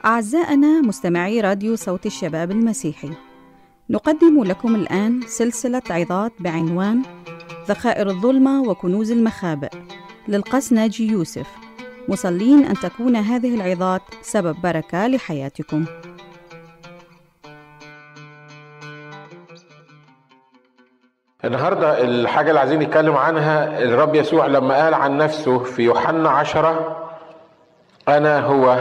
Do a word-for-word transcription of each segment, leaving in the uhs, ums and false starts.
أعزائنا مستمعي راديو صوت الشباب المسيحي، نقدم لكم الآن سلسلة عظات بعنوان ذخائر الظلمة وكنوز المخابئ للقس ناجي يوسف، مصلين أن تكون هذه العظات سبب بركة لحياتكم. النهاردة الحاجة اللي عايزين نتكلم عنها الرب يسوع لما قال عن نفسه في يوحنا عشرة: أنا هو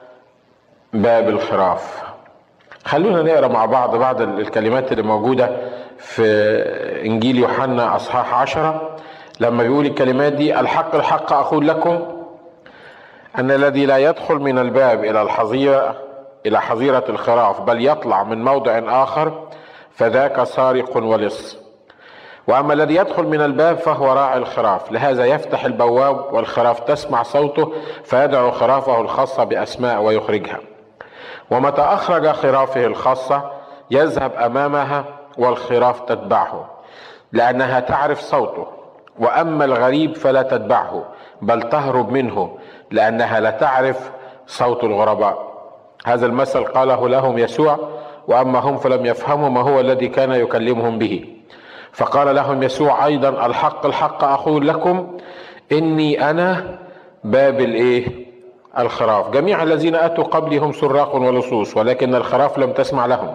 باب الخراف. خلونا نقرأ مع بعض بعض الكلمات اللي موجودة في إنجيل يوحنا أصحاح عشرة لما بيقول الكلمات دي: الحق الحق أقول لكم أن الذي لا يدخل من الباب إلى الحظيرة إلى حظيرة الخراف بل يطلع من موضع آخر فذاك سارق ولص. وأما الذي يدخل من الباب فهو راعي الخراف، لهذا يفتح البواب والخراف تسمع صوته فيدعو خرافه الخاصة بأسماء ويخرجها. ومتى أخرج خرافه الخاصة يذهب أمامها والخراف تتبعه لأنها تعرف صوته. وأما الغريب فلا تتبعه بل تهرب منه لأنها لا تعرف صوت الغرباء. هذا المثل قاله لهم يسوع، وأما هم فلم يفهموا ما هو الذي كان يكلمهم به. فقال لهم يسوع أيضا: الحق الحق أقول لكم إني أنا باب الإيه؟ الخراف. جميع الذين أتوا قبلي هم سراق ولصوص، ولكن الخراف لم تسمع لهم.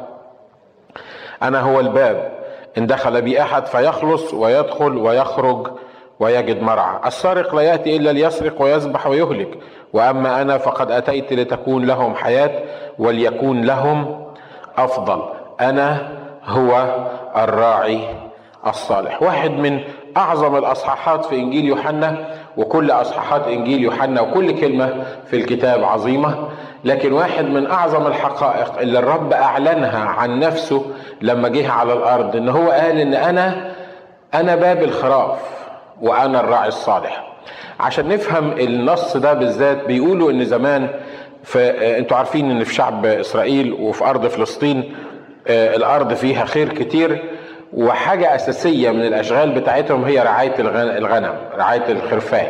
أنا هو الباب، إن دخل بي أحد فيخلص ويدخل ويخرج ويجد مرعى. السارق لا يأتي إلا ليسرق ويذبح ويهلك، وأما أنا فقد أتيت لتكون لهم حياة وليكون لهم أفضل. أنا هو الراعي الصالح. واحد من أعظم الأصحاحات في إنجيل يوحنا، وكل أصحاحات إنجيل يوحنا وكل كلمة في الكتاب عظيمة، لكن واحد من أعظم الحقائق اللي الرب أعلنها عن نفسه لما جه على الأرض، إن هو قال إن أنا أنا باب الخراف وأنا الراعي الصالح. عشان نفهم النص ده بالذات، بيقولوا إن زمان في أنتوا عارفين إن في شعب إسرائيل وفي أرض فلسطين الأرض فيها خير كتير، وحاجة أساسية من الأشغال بتاعتهم هي رعاية الغنم، رعاية الخرفان.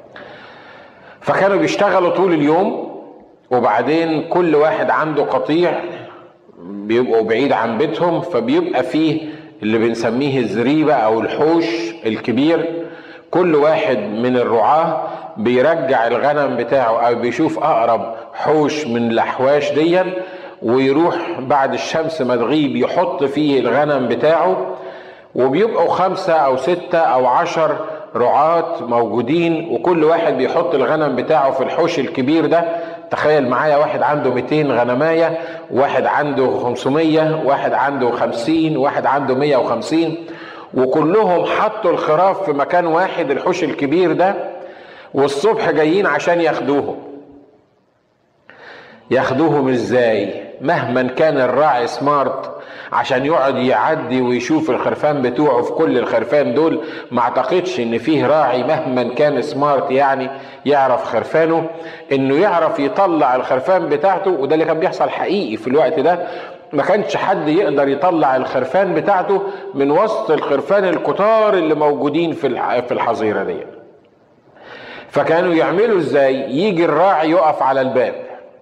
فكانوا بيشتغلوا طول اليوم، وبعدين كل واحد عنده قطيع بيبقوا بعيد عن بيتهم، فبيبقى فيه اللي بنسميه الزريبة أو الحوش الكبير. كل واحد من الرعاة بيرجع الغنم بتاعه أو بيشوف أقرب حوش من الأحواش دي، ويروح بعد الشمس ما تغيب يحط فيه الغنم بتاعه. وبيبقوا خمسة أو ستة أو عشر رعاة موجودين، وكل واحد بيحط الغنم بتاعه في الحوش الكبير ده. تخيل معايا واحد عنده مئتين غنماية، واحد عنده خمسمية، واحد عنده خمسين، واحد عنده مية وخمسين، وكلهم حطوا الخراف في مكان واحد، الحوش الكبير ده، والصبح جايين عشان ياخدوهم. ياخدوهم ازاي؟ مهما كان الراعي سمارت عشان يقعد يعدي ويشوف الخرفان بتوعه في كل الخرفان دول، ما اعتقدش ان فيه راعي مهما كان سمارت يعني يعرف خرفانه انه يعرف يطلع الخرفان بتاعته. وده اللي كان بيحصل حقيقي في الوقت ده. ما كانش حد يقدر يطلع الخرفان بتاعته من وسط الخرفان الكتار اللي موجودين في في الحظيرة دي. فكانوا يعملوا ازاي؟ يجي الراعي يقف على الباب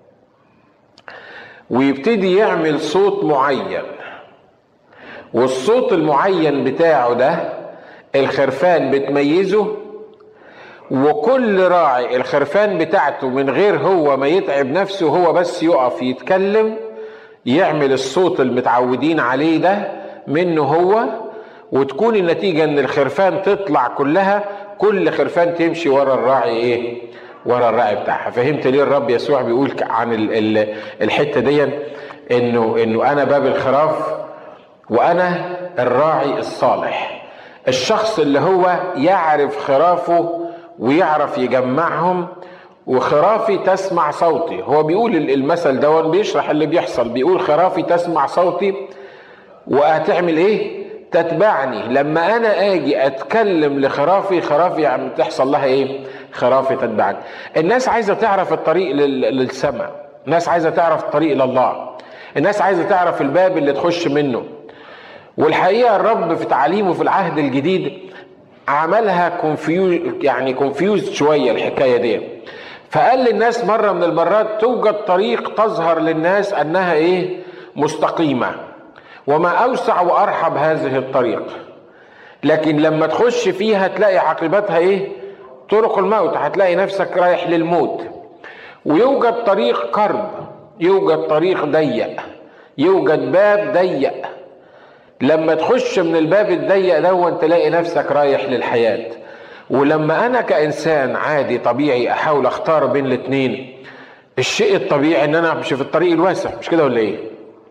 ويبتدي يعمل صوت معين، والصوت المعين بتاعه ده الخرفان بتميزه، وكل راعي الخرفان بتاعته من غير هو ما يتعب نفسه، هو بس يقف يتكلم يعمل الصوت المتعودين عليه ده منه هو، وتكون النتيجة ان الخرفان تطلع كلها، كل خرفان تمشي ورا الراعي ايه؟ ورا الراعي بتاعها. فهمت ليه الرب يسوع بيقول عن الحتة دي انه انه انا باب الخراف وانا الراعي الصالح. الشخص اللي هو يعرف خرافه ويعرف يجمعهم. وخرافي تسمع صوتي، هو بيقول المثل ده بيشرح اللي بيحصل، بيقول خرافي تسمع صوتي وهتعمل ايه؟ تتبعني. لما انا اجي اتكلم لخرافي، خرافي عم تحصل لها ايه؟ خرافي تتبعني. الناس عايزة تعرف الطريق للسماء، الناس عايزة تعرف الطريق لله، الناس عايزة تعرف الباب اللي تخش منه. والحقيقة الرب في تعليمه في العهد الجديد عملها كونفيوز، يعني كونفيوز شوية الحكاية دي. فقال للناس مرة من المرات توجد طريق تظهر للناس انها ايه؟ مستقيمة، وما اوسع وارحب هذه الطريق، لكن لما تخش فيها تلاقي عاقبتها ايه؟ طرق الموت، هتلاقي نفسك رايح للموت. ويوجد طريق كرب، يوجد طريق ضيق، يوجد باب ضيق، لما تخش من الباب الضيق دون تلاقي نفسك رايح للحياة. ولما انا كانسان عادي طبيعي احاول اختار بين الاثنين، الشيء الطبيعي ان انا امشي في الطريق الواسع، مش كده ولا ايه؟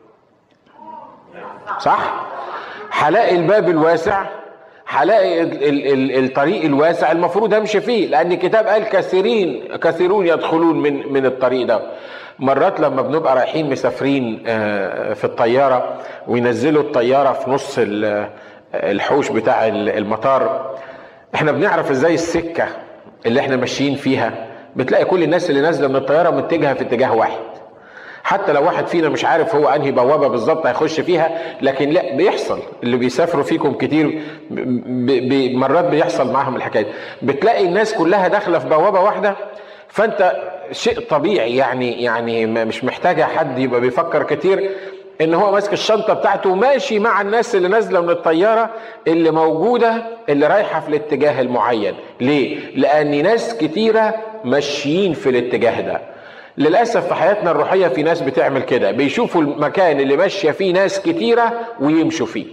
صح؟ هلاقي الباب الواسع، هلاقي ال ال ال الطريق الواسع المفروض امشي فيه، لان الكتاب قال كثيرين كثيرون يدخلون من من الطريق ده. مرات لما بنبقى رايحين مسافرين في الطياره وينزلوا الطياره في نص الحوش بتاع المطار، احنا بنعرف ازاي السكه اللي احنا ماشيين فيها. بتلاقي كل الناس اللي نازله من الطياره متجهه في اتجاه واحد، حتى لو واحد فينا مش عارف هو انهي بوابه بالظبط هيخش فيها، لكن لا بيحصل. اللي بيسافروا فيكم كتير مرات بيحصل معاهم الحكايه، بتلاقي الناس كلها داخله في بوابه واحده، فانت شيء طبيعي يعني يعني مش محتاجه حد يبقى بيفكر كتير ان هو ماسك الشنطه بتاعته وماشي مع الناس اللي نازله من الطياره اللي موجوده اللي رايحه في الاتجاه المعين. ليه؟ لان ناس كتيره ماشيين في الاتجاه ده. للاسف في حياتنا الروحيه في ناس بتعمل كده، بيشوفوا المكان اللي ماشيه فيه ناس كتيره ويمشوا فيه.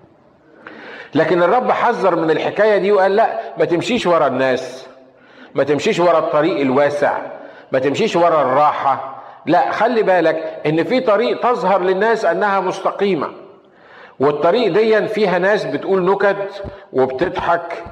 لكن الرب حذر من الحكايه دي وقال لا، ما تمشيش ورا الناس، ما تمشيش ورا الطريق الواسع، ما تمشيش ورا الراحه، لا، خلي بالك ان في طريق تظهر للناس انها مستقيمه، والطريق دي فيها ناس بتقول نكت وبتضحك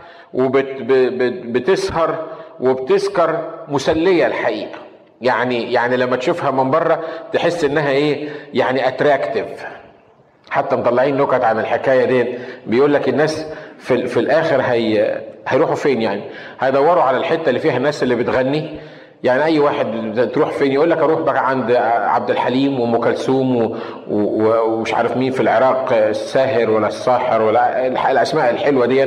وبتسهر وبتسكر، مسليه الحقيقه. يعني يعني لما تشوفها من بره تحس انها ايه؟ يعني اتراكتيف. حتى مطلعين نكت عن الحكايه دي، بيقول لك الناس في في الاخر هي هيروحوا فين؟ يعني هيدوروا على الحته اللي فيها الناس اللي بتغني. يعني اي واحد تروح فين يقول لك اروح بقى عند عبد الحليم وام كلثوم ومش عارف مين في العراق، الساهر ولا الساحر ولا الاسماء الحلوه دي،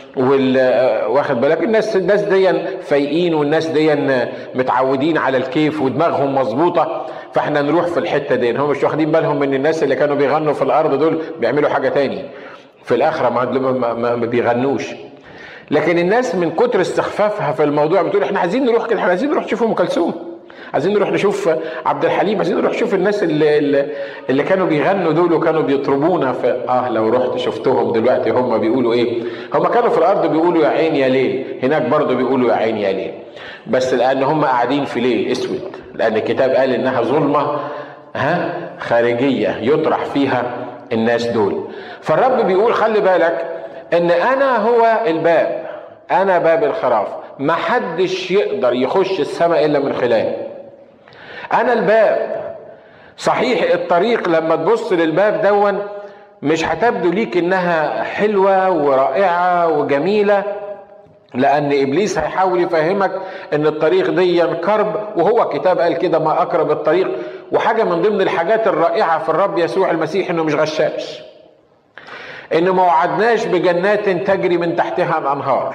واخد بالك الناس الناس دي فايقين، والناس دي متعودين على الكيف ودماغهم مظبوطه، فاحنا نروح في الحته دي. هم مش واخدين بالهم ان الناس اللي كانوا بيغنوا في الارض دول بيعملوا حاجه تاني في الاخره، ما, ما بيغنوش. لكن الناس من كتر استخفافها في الموضوع بتقول احنا عايزين نروح كده، احنا عايزين نروح نشوف ام كلثوم، عايزين نروح نشوف عبد الحليم، عايزين نروح نشوف الناس اللي اللي كانوا بيغنوا دول وكانوا بيطربونا في اه لو رحت شفتهم دلوقتي هم بيقولوا ايه؟ هم كانوا في الارض بيقولوا يا عين يا ليل، هناك برضه بيقولوا يا عين يا ليل، بس لان هم قاعدين في ليل اسود، لان الكتاب قال انها ظلمه ها خارجيه يطرح فيها الناس دول. فالرب بيقول خلي بالك ان انا هو الباب، انا باب الخراف، ما حدش يقدر يخش السماء الا من خلالي. انا الباب. صحيح الطريق لما تبص للباب دون مش هتبدو ليك انها حلوة ورائعة وجميلة، لان ابليس هيحاول يفهمك ان الطريق دي كرب، وهو كتاب قال كده ما اقرب الطريق. وحاجة من ضمن الحاجات الرائعة في الرب يسوع المسيح انه مش غشاش، انه ما وعدناش بجنات تجري من تحتها الانهار،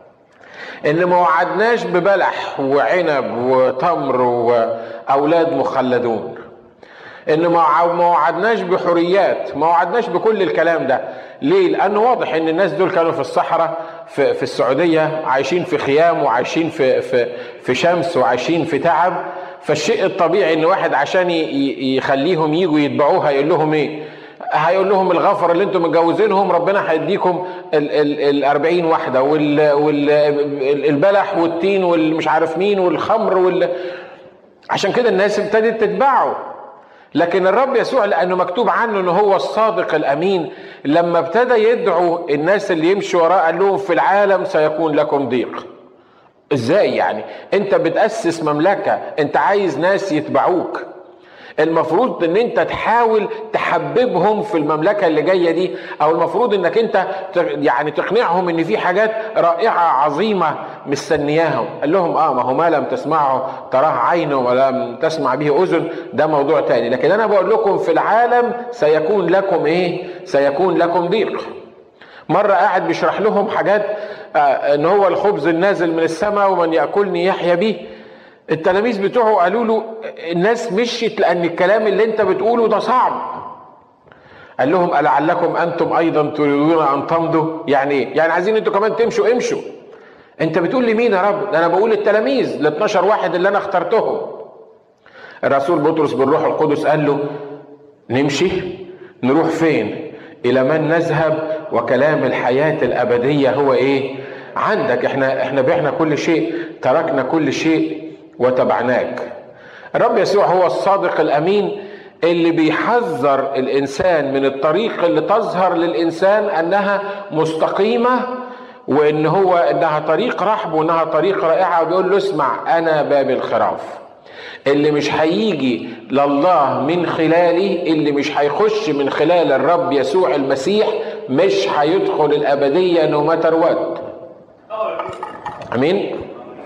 ان ما وعدناش ببلح وعنب وتمر واولاد مخلدون، ان ما وعدناش بحريات، ما وعدناش بكل الكلام ده. ليه؟ لانه واضح ان الناس دول كانوا في الصحراء في, في السعوديه عايشين في خيام وعايشين في في في شمس وعايشين في تعب. فالشيء الطبيعي ان واحد عشان يخليهم يجوا يتبعوه هيقول لهم ايه؟ هيقول لهم الغفر اللي انتم متجوزينهم ربنا هيديكم الاربعين واحدة والبلح والتين والمش عارف مين والخمر وال... عشان كده الناس ابتدت تتبعه. لكن الرب يسوع لانه مكتوب عنه انه هو الصادق الامين، لما ابتدى يدعو الناس اللي يمشوا وراه قال لهم في العالم سيكون لكم ضيق. ازاي يعني؟ انت بتأسس مملكة، انت عايز ناس يتبعوك، المفروض ان انت تحاول تحببهم في المملكة اللي جاية دي، او المفروض انك انت يعني تقنعهم ان في حاجات رائعة عظيمة مستنياهم. قال لهم اه ما هو ما لم تسمعه تراه عين ولم تسمع به اذن، ده موضوع تاني، لكن انا بقول لكم في العالم سيكون لكم ايه؟ سيكون لكم ضيق. مرة قاعد بيشرح لهم حاجات آه ان هو الخبز النازل من السماء ومن يأكلني يحيا به. التلاميذ بتوعه قالوا له الناس مشيت لان الكلام اللي انت بتقوله ده صعب. قال لهم ألعلكم انتم ايضا تريدون ان تمضوا؟ يعني ايه؟ يعني عايزين انتوا كمان تمشوا؟ امشوا. انت بتقول لمين يا رب؟ ده انا بقول التلاميذ ال اتناشر واحد اللي انا اخترتهم. الرسول بطرس بالروح القدس قال له نمشي؟ نروح فين؟ الى من نذهب وكلام الحياة الابدية هو ايه؟ عندك. احنا احنا بعنا كل شيء، تركنا كل شيء وتبعناك. الرب يسوع هو الصادق الامين اللي بيحذر الانسان من الطريق اللي تظهر للانسان انها مستقيمة، وان هو انها طريق رحب وانها طريق رائعة، وبيقول له اسمع انا باب الخراف. اللي مش هيجي لله من خلالي، اللي مش هيخش من خلال الرب يسوع المسيح، مش هيدخل الابدية نو ماتر وات. امين.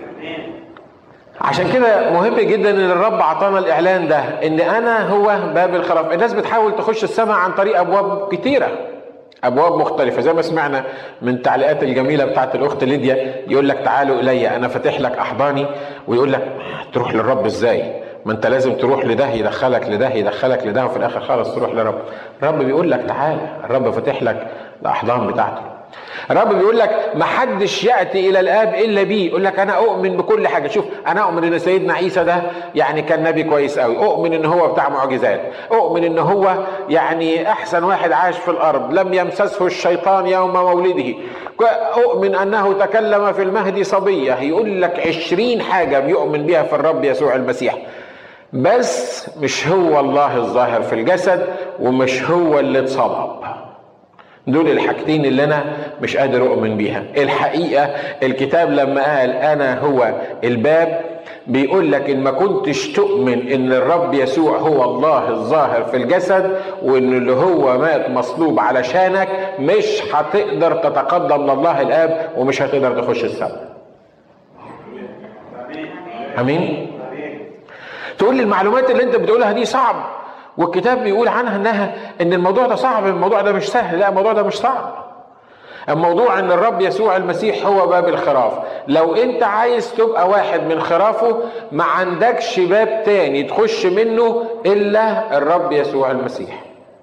عشان كده مهم جدا ان الرب عطانا الاعلان ده، ان انا هو باب الخراف. الناس بتحاول تخش السماء عن طريق ابواب كتيره، ابواب مختلفه، زي ما سمعنا من التعليقات الجميله بتاعت الاخت ليديا، يقول لك تعالوا الي انا فاتح لك احضاني، ويقول لك تروح للرب ازاي؟ ما انت لازم تروح لده يدخلك لده يدخلك لده، وفي الاخر خالص تروح للرب. الرب بيقول لك تعال، الرب فاتح لك الاحضان بتاعته. الرب بيقول لك ما حدش ياتي الى الاب الا بي. يقول لك انا اؤمن بكل حاجه. شوف، انا اؤمن ان سيدنا عيسى ده يعني كان نبي كويس قوي، اؤمن ان هو بتاع معجزات، اؤمن ان هو يعني احسن واحد عاش في الارض، لم يمسسه الشيطان يوم مولده، اؤمن انه تكلم في المهد صبيه. يقول لك عشرين حاجه بيؤمن بها في الرب يسوع المسيح، بس مش هو الله الظاهر في الجسد، ومش هو اللي اتصلب. دول الحاجتين اللي انا مش قادر اؤمن بيها. الحقيقة الكتاب لما قال انا هو الباب، بيقول لك ان ما كنتش تؤمن ان الرب يسوع هو الله الظاهر في الجسد، وان اللي هو مات مصلوب علشانك، مش هتقدر تتقدم لله الاب، ومش هتقدر تخش السماء. امين. تقول لي المعلومات اللي انت بتقولها دي صعب، والكتاب بيقول عنها انها ان الموضوع ده صعب، الموضوع ده مش سهل. لا، الموضوع ده مش صعب. الموضوع ان الرب يسوع المسيح هو باب الخراف. لو انت عايز تبقى واحد من خرافه، ما عندكش باب تاني تخش منه الا الرب يسوع المسيح.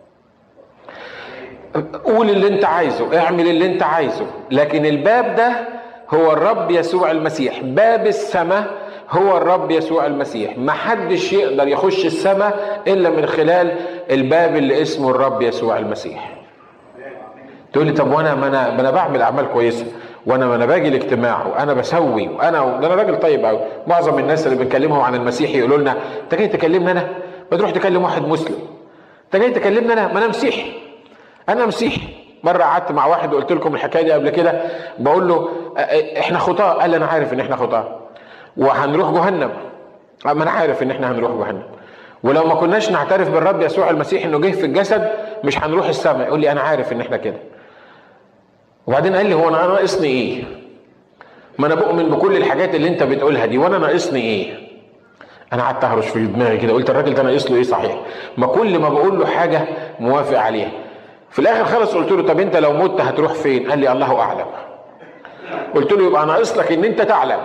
قول اللي انت عايزه، اعمل اللي انت عايزه، لكن الباب ده هو الرب يسوع المسيح. باب السماء هو الرب يسوع المسيح. ما حدش يقدر يخش السماء الا من خلال الباب اللي اسمه الرب يسوع المسيح. تقول لي طب وانا ما انا ما انا بعمل اعمال كويسه، وانا ما انا باجي الاجتماع، وانا بسوي، وانا ده انا راجل طيب قوي. معظم الناس اللي بنكلمهم عن المسيح يقولوا لنا انت جاي تكلمني انا؟ ما تروح تكلم واحد مسلم. انت جاي تكلمني انا؟ ما انا مسيحي. انا مسيحي. مره قعدت مع واحد وقلت لكم الحكايه دي قبل كده، بقول له احنا خطاه. قال لي انا عارف ان احنا خطاه وهنروح جهنم. ما انا عارف ان احنا هنروح جهنم، ولو ما كناش نعترف بالرب يسوع المسيح انه جه في الجسد مش هنروح السماء. يقول لي انا عارف ان احنا كده. وبعدين قال لي هو انا ناقصني ايه؟ ما انا بؤمن بكل الحاجات اللي انت بتقولها دي، وانا ناقصني ايه؟ انا قعدت اهرش في دماغي كده، قلت الراجل ده ناقص له ايه صحيح؟ ما كل ما بقول له حاجه موافق عليها. في الاخر خالص قلت له طب انت لو مت هتروح فين؟ قال لي الله اعلم. قلت له يبقى ناقص لك ان انت تعلم.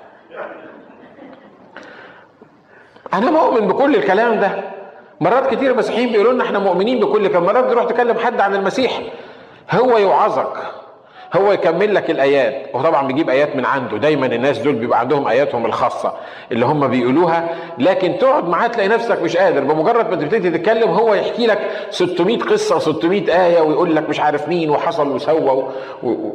انا مؤمن بكل الكلام ده. مرات كتير مسيحيين بيقولوا لنا احنا مؤمنين بكل كلام. مرات تروح تكلم حد عن المسيح، هو يوعظك، هو يكمل لك الايات، وطبعا بيجيب ايات من عنده. دايما الناس دول بيبقى عندهم اياتهم الخاصه اللي هم بيقولوها، لكن تقعد معاه تلاقي نفسك مش قادر. بمجرد ما تبتدي تتكلم هو يحكي لك ستمائة قصه وستمائة ايه، ويقول لك مش عارف مين وحصل وسوى و... و...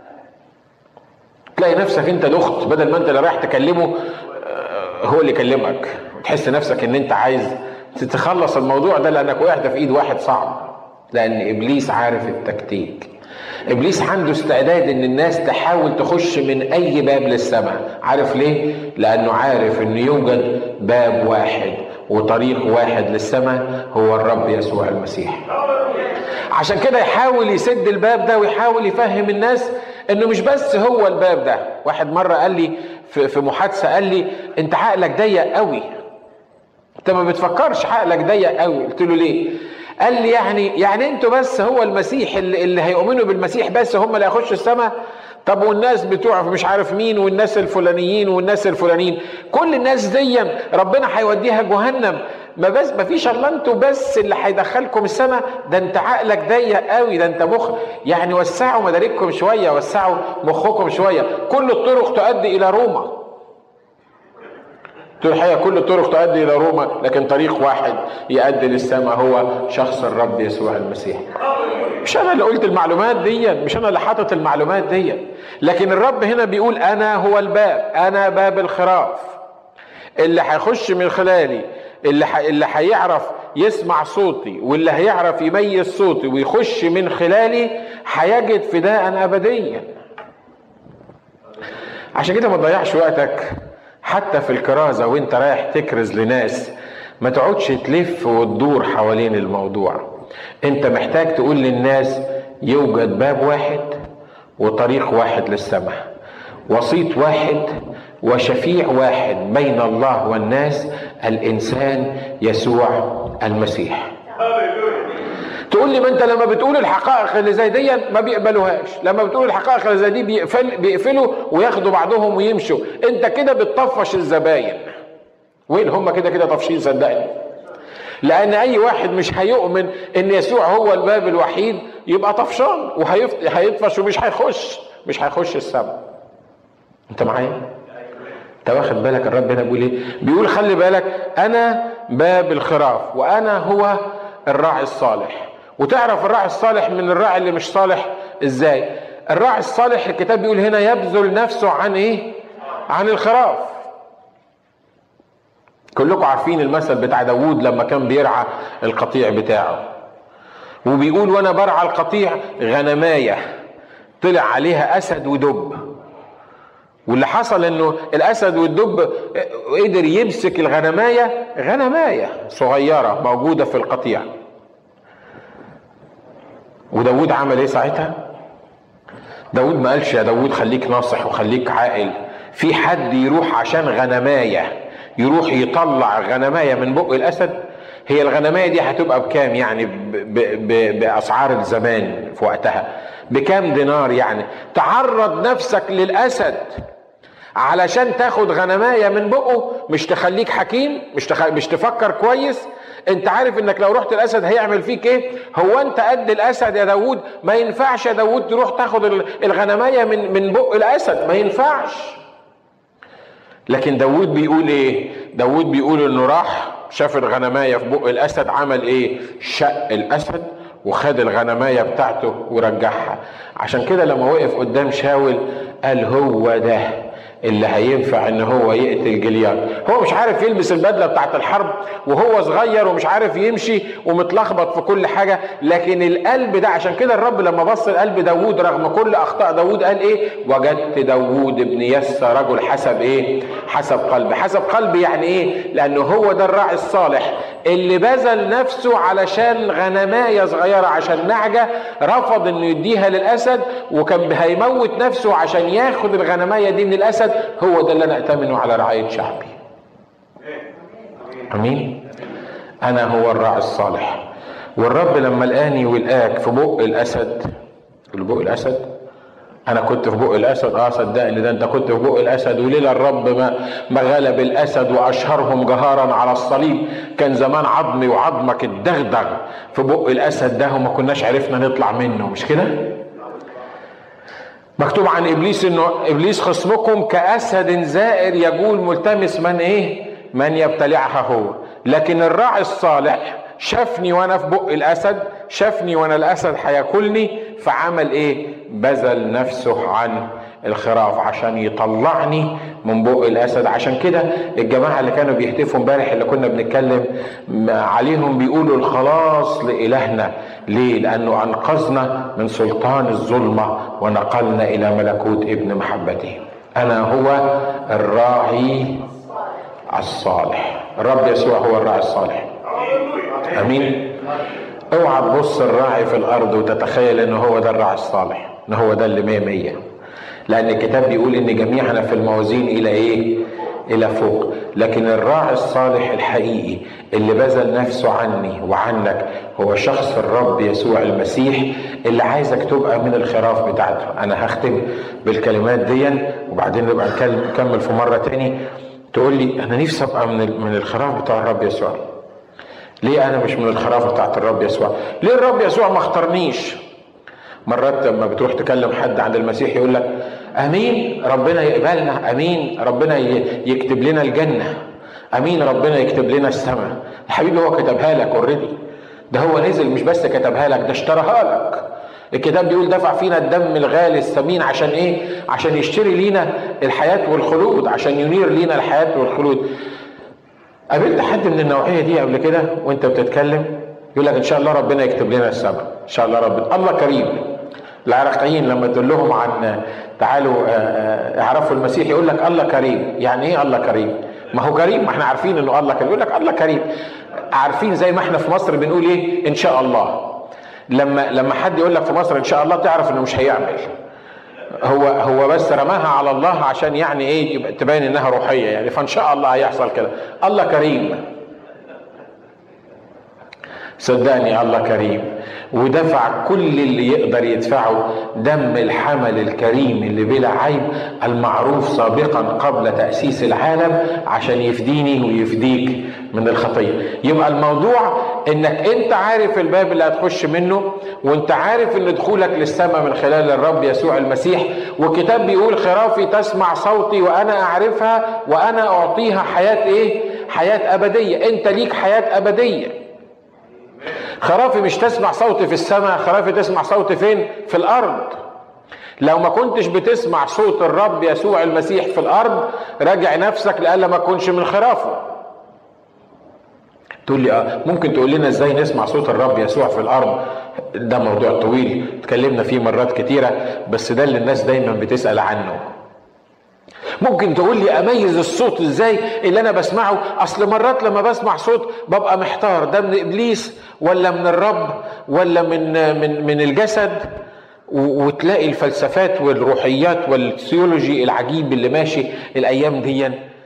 تلاقي نفسك انت دخت، بدل ما انت اللي رايح تكلمه هو اللي يكلمك، وتحس نفسك ان انت عايز تتخلص الموضوع ده لانك وقعت في ايد واحد صعب. لان ابليس عارف التكتيك. ابليس عنده استعداد ان الناس تحاول تخش من اي باب للسماء. عارف ليه؟ لانه عارف ان يوجد باب واحد وطريق واحد للسماء، هو الرب يسوع المسيح. عشان كده يحاول يسد الباب ده، ويحاول يفهم الناس انه مش بس هو الباب ده. واحد مرة قال لي في محادثة، قال لي انت عقلك ضيق قوي، انت ما بتفكرش، عقلك ضيق قوي. قلت له ليه؟ قال لي يعني يعني انتوا بس هو المسيح اللي, اللي هيؤمنوا بالمسيح بس هم اللي هيخشوا السماء؟ طب والناس بتوع مش عارف مين والناس الفلانيين والناس الفلانيين، كل الناس دي ربنا هيوديها جهنم. ما بس ما فيش الا انتوا بس اللي هيدخلكم السماء. ده انت عقلك ضيق قوي، ده انت مخ يعني وسعوا مدارككم شويه، وسعوا مخكم شويه. كل الطرق تؤدي الى روما. تقول الحقيقه كل الطرق تؤدي الى روما، لكن طريق واحد يؤدي للسماء، هو شخص الرب يسوع المسيح. مش انا اللي قلت المعلومات دي، مش انا اللي حاطط المعلومات دي، لكن الرب هنا بيقول انا هو الباب، انا باب الخراف. اللي هيخش من خلالي، اللي ح... اللي هيعرف يسمع صوتي، واللي هيعرف يميز صوتي ويخش من خلالي هيجد فداء ابديا. عشان كده ما تضيعش وقتك حتى في الكرازة وانت رايح تكرز لناس، ما تقعدش تلف وتدور حوالين الموضوع. انت محتاج تقول للناس يوجد باب واحد وطريق واحد للسماء، وسيط واحد وشفيع واحد بين الله والناس، الانسان يسوع المسيح. تقول لي ما انت لما بتقول الحقائق اللي زي دي ما بيقبلوهاش، لما بتقول الحقائق اللي زي دي بيقفل بيقفلوا وياخدوا بعضهم ويمشوا. انت كده بتطفش الزباين. وين هم كده كده طفشين صدقني. لان اي واحد مش هيؤمن ان يسوع هو الباب الوحيد يبقى طفشان وهيطفش ومش هيخش مش هيخش السماء. انت معايا؟ انت واخد بالك الرب هنا بيقول ايه؟ بيقول خلي بالك انا باب الخراف وانا هو الراعي الصالح. وتعرف الراعي الصالح من الراعي اللي مش صالح ازاي؟ الراعي الصالح الكتاب بيقول هنا يبذل نفسه عن ايه؟ عن الخراف. كلكم عارفين المثل بتاع داوود لما كان بيرعى القطيع بتاعه، وبيقول وانا برعى القطيع غنمايه طلع عليها اسد ودب. واللي حصل انه الاسد والدب قدر يمسك الغنمايه، غنمايه صغيره موجوده في القطيع. وداود عمل ايه ساعتها؟ داود ما قالش يا داود خليك ناصح وخليك عاقل، في حد يروح عشان غنمايه يروح يطلع غنمايه من بق الاسد؟ هي الغنمايه دي هتبقى بكام يعني ب ب ب باسعار الزمان في وقتها؟ بكام دينار يعني؟ تعرض نفسك للاسد علشان تاخد غنمايه من بقه؟ مش تخليك حكيم؟ مش تخ... مش تفكر كويس؟ انت عارف انك لو رحت الاسد هيعمل فيك ايه؟ هو انت قد الاسد يا داود؟ ما ينفعش يا داود تروح تاخد الغنمايه من من بق الاسد، ما ينفعش. لكن داود بيقول ايه؟ داود بيقول انه راح شاف الغنمايه في بق الاسد، عمل ايه؟ شق الاسد وخد الغنمايه بتاعته ورجعها. عشان كده لما وقف قدام شاول قال هو ده اللي هينفع ان هو يقتل جلياد. هو مش عارف يلبس البدله بتاعت الحرب وهو صغير ومش عارف يمشي ومتلخبط في كل حاجه، لكن القلب ده. عشان كده الرب لما بص لقلب داوود رغم كل اخطاء داوود قال ايه؟ وجدت داوود ابن يسى رجل حسب ايه؟ حسب قلبي. حسب قلبي يعني ايه؟ لانه هو ده الراعي الصالح اللي بذل نفسه علشان غنمايه صغيره، عشان نعجه رفض انه يديها للاسد وكان هيموت نفسه عشان ياخد الغنمايه دي من الاسد. هو ده اللي انا اتمنه على رعايه شعبي. امين. انا هو الراعي الصالح. والرب لما لقاني ولقاك في بق الاسد، في بق الاسد، انا كنت في بق الاسد. اه صدقني ده انت كنت في بق الاسد، وليلة الرب ما ما غلب الاسد واشهرهم جهارا على الصليب كان زمان عظمي وعظمك اتدغدغ في بق الاسد ده وما كناش عرفنا نطلع منه، مش كده؟ مكتوب عن ابليس انه ابليس خصمكم كاسد زائر يجول ملتمس من ايه؟ من يبتلعها هو. لكن الراعي الصالح شافني وانا في بق الاسد، شافني وانا الاسد هياكلني، فعمل ايه؟ بذل نفسه عن الخراف عشان يطلعني من بق الاسد. عشان كده الجماعه اللي كانوا بيهتفوا امبارح اللي كنا بنتكلم عليهم بيقولوا الخلاص لالهنا. ليه؟ لانه انقذنا من سلطان الظلمه ونقلنا الى ملكوت ابن محبته. انا هو الراعي الصالح. الرب يسوع هو الراعي الصالح. امين. اوعى تبص الراعي في الارض وتتخيل انه هو ده الراعي الصالح، ان هو ده اللي مية مية. لان الكتاب بيقول ان جميعنا في الموازين الى ايه؟ الى فوق. لكن الراعي الصالح الحقيقي اللي بذل نفسه عني وعنك هو شخص الرب يسوع المسيح، اللي عايزك تبقى من الخراف بتاعته. انا هختم بالكلمات دي وبعدين نبقى نكمل في مرة تاني. تقول لي انا نفسي ابقى من من الخراف بتاع الرب يسوع. ليه انا مش من الخرافه بتاعت الرب يسوع؟ ليه الرب يسوع ما اختارنيش؟ مرات لما بتروح تكلم حد عن المسيح يقول لك امين ربنا يقبلنا، امين ربنا يكتب لنا الجنه، امين ربنا يكتب لنا السماء. يا حبيبي هو كتبها لك اوريدي، ده هو نزل مش بس كتبها لك، ده اشتراها لك. الكتاب بيقول دفع فينا الدم الغالي الثمين عشان ايه؟ عشان يشتري لينا الحياه والخلود، عشان ينير لينا الحياه والخلود. قابلت حد من النوعيه دي قبل كده وانت بتتكلم يقول لك ان شاء الله ربنا يكتب لنا السماء، ان شاء الله ربنا. الله كريم. العراقيين لما تقول لهم عن تعالوا اعرفوا المسيح يقول لك الله كريم. يعني ايه الله كريم؟ ما هو كريم، ما احنا عارفين انه الله كريم. يقول لك الله كريم، عارفين زي ما احنا في مصر بنقول ايه؟ ان شاء الله. لما لما حد يقول لك في مصر ان شاء الله تعرف انه مش هيعمل، هو هو بس رماها على الله عشان يعني ايه؟ تبين انها روحيه يعني، فان شاء الله هيحصل كده. الله كريم، صدقني الله كريم، ودفع كل اللي يقدر يدفعه، دم الحمل الكريم اللي بلا عيب المعروف سابقا قبل تأسيس العالم عشان يفديني ويفديك من الخطية. يبقى الموضوع انك انت عارف الباب اللي هتخش منه، وانت عارف ان دخولك للسماء من خلال الرب يسوع المسيح. والكتاب بيقول خرافي تسمع صوتي وانا اعرفها وانا اعطيها حياة ايه؟ حياة ابدية. انت ليك حياة ابدية. خرافي مش تسمع صوتي في السماء، خرافي تسمع صوتي فين؟ في الارض. لو ما كنتش بتسمع صوت الرب يسوع المسيح في الارض راجع نفسك لألا ما تكونش من خرافه. تقول لي اه ممكن تقول لنا ازاي نسمع صوت الرب يسوع في الارض؟ ده موضوع طويل اتكلمنا فيه مرات كتيرة، بس ده اللي الناس دايما بتسأل عنه. ممكن تقول لي اميز الصوت ازاي اللي انا بسمعه؟ اصل مرات لما بسمع صوت ببقى محتار، ده من ابليس ولا من الرب ولا من من من الجسد؟ وتلاقي الفلسفات والروحيات والثيولوجي العجيب اللي ماشي الايام دي